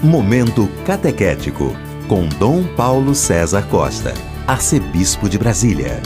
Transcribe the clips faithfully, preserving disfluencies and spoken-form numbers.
Momento Catequético, com Dom Paulo César Costa, arcebispo de Brasília.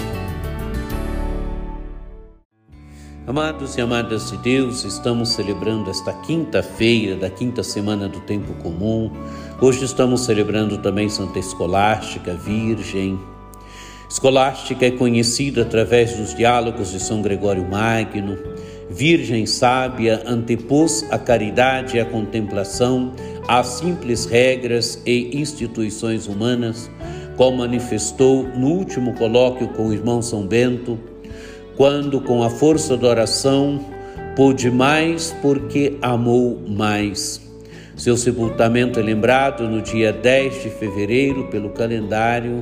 Amados e amadas de Deus, estamos celebrando esta quinta-feira da quinta semana do Tempo Comum. Hoje estamos celebrando também Santa Escolástica, Virgem. Escolástica é conhecida através dos diálogos de São Gregório Magno. Virgem sábia, antepôs a caridade e a contemplação às simples regras e instituições humanas, como manifestou no último colóquio com o irmão São Bento, quando com a força da oração pôde mais porque amou mais. Seu sepultamento é lembrado no dia dez de fevereiro pelo calendário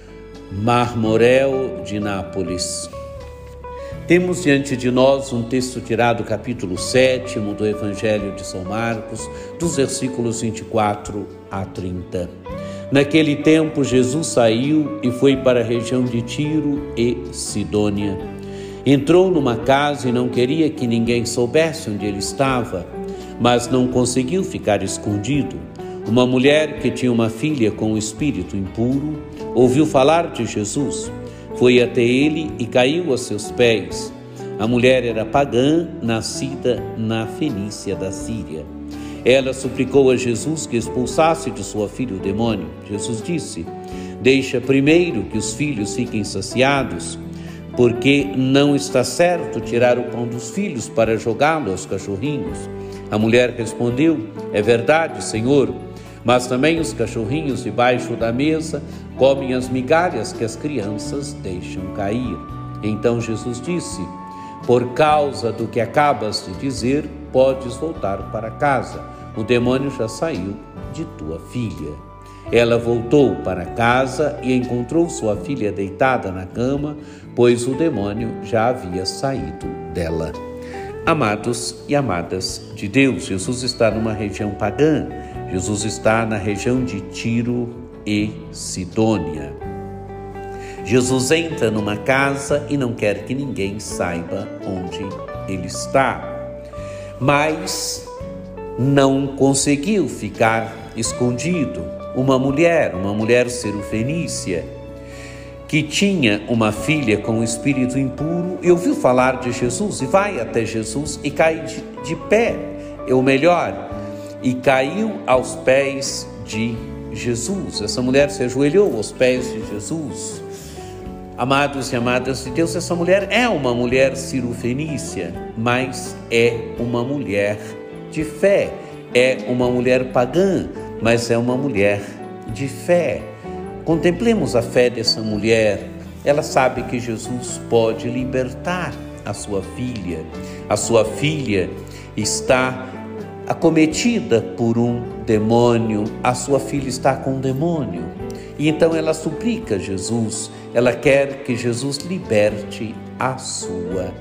Marmorel de Nápoles. Temos diante de nós um texto tirado do capítulo sétimo do Evangelho de São Marcos, dos versículos vinte e quatro a trinta. Naquele tempo, Jesus saiu e foi para a região de Tiro e Sidônia. Entrou numa casa e não queria que ninguém soubesse onde ele estava, mas não conseguiu ficar escondido. Uma mulher que tinha uma filha com um espírito impuro ouviu falar de Jesus. Foi até ele e caiu a seus pés. A mulher era pagã, nascida na Fenícia da Síria. Ela suplicou a Jesus que expulsasse de sua filha o demônio. Jesus disse: deixa primeiro que os filhos fiquem saciados, porque não está certo tirar o pão dos filhos para jogá-lo aos cachorrinhos. A mulher respondeu: é verdade, Senhor, mas também os cachorrinhos debaixo da mesa comem as migalhas que as crianças deixam cair. Então Jesus disse: por causa do que acabas de dizer, podes voltar para casa. O demônio já saiu de tua filha. Ela voltou para casa e encontrou sua filha deitada na cama, pois o demônio já havia saído dela. Amados e amadas de Deus, Jesus está numa região pagã. Jesus está na região de Tiro e Sidônia. Jesus entra numa casa e não quer que ninguém saiba onde ele está. Mas não conseguiu ficar escondido. Uma mulher, uma mulher sirofenícia, que tinha uma filha com um espírito impuro e ouviu falar de Jesus e vai até Jesus e cai de, de pé, é o melhor, e caiu aos pés de Jesus. Essa mulher se ajoelhou aos pés de Jesus. Amados e amadas de Deus, essa mulher é uma mulher sirofenícia, mas é uma mulher de fé, é uma mulher pagã, mas é uma mulher de fé. Contemplemos a fé dessa mulher. Ela sabe que Jesus pode libertar a sua filha. A sua filha está acometida por um demônio, a sua filha está com um demônio. E então ela suplica a Jesus, ela quer que Jesus liberte a sua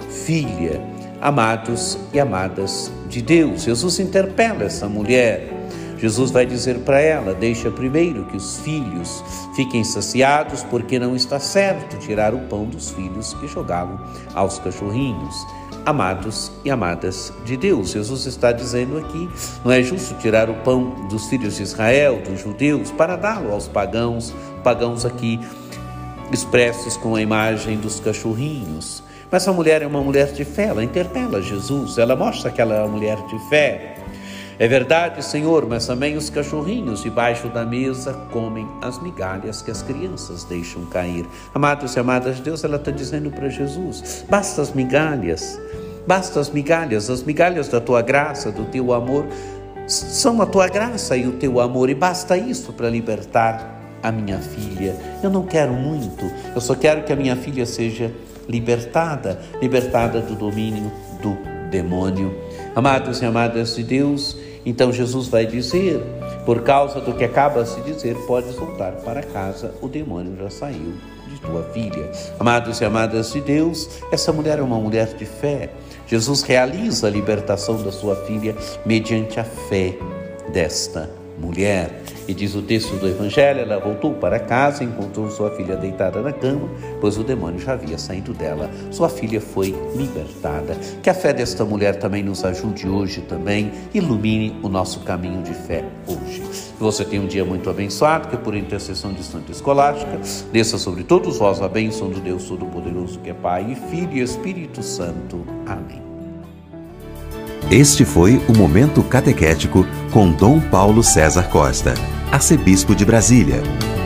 filha. Amados e amadas de Deus, Jesus interpela essa mulher. Jesus vai dizer para ela: deixa primeiro que os filhos fiquem saciados, porque não está certo tirar o pão dos filhos e jogá-lo aos cachorrinhos. Amados e amadas de Deus, Jesus está dizendo aqui, não é justo tirar o pão dos filhos de Israel, dos judeus, para dá-lo aos pagãos, pagãos aqui expressos com a imagem dos cachorrinhos. Mas a mulher é uma mulher de fé, ela interpela Jesus, ela mostra que ela é uma mulher de fé. É verdade, Senhor, mas também os cachorrinhos debaixo da mesa comem as migalhas que as crianças deixam cair. Amados e amadas de Deus, ela está dizendo para Jesus: basta as migalhas, basta as migalhas, as migalhas da tua graça, do teu amor, são a tua graça e o teu amor, e basta isso para libertar a minha filha. Eu não quero muito, eu só quero que a minha filha seja libertada, libertada do domínio do demônio. Amados e amadas de Deus, então Jesus vai dizer: por causa do que acabas de dizer, podes voltar para casa, o demônio já saiu de tua filha. Amados e amadas de Deus, essa mulher é uma mulher de fé. Jesus realiza a libertação da sua filha mediante a fé desta mulher. E diz o texto do Evangelho, ela voltou para casa e encontrou sua filha deitada na cama, pois o demônio já havia saído dela. Sua filha foi libertada. Que a fé desta mulher também nos ajude hoje também, ilumine o nosso caminho de fé hoje. Que você tenha um dia muito abençoado, que por intercessão de Santa Escolástica, desça sobre todos vós a bênção do Deus Todo-Poderoso, que é Pai, e Filho e Espírito Santo. Amém. Este foi o Momento Catequético com Dom Paulo César Costa, arcebispo de Brasília.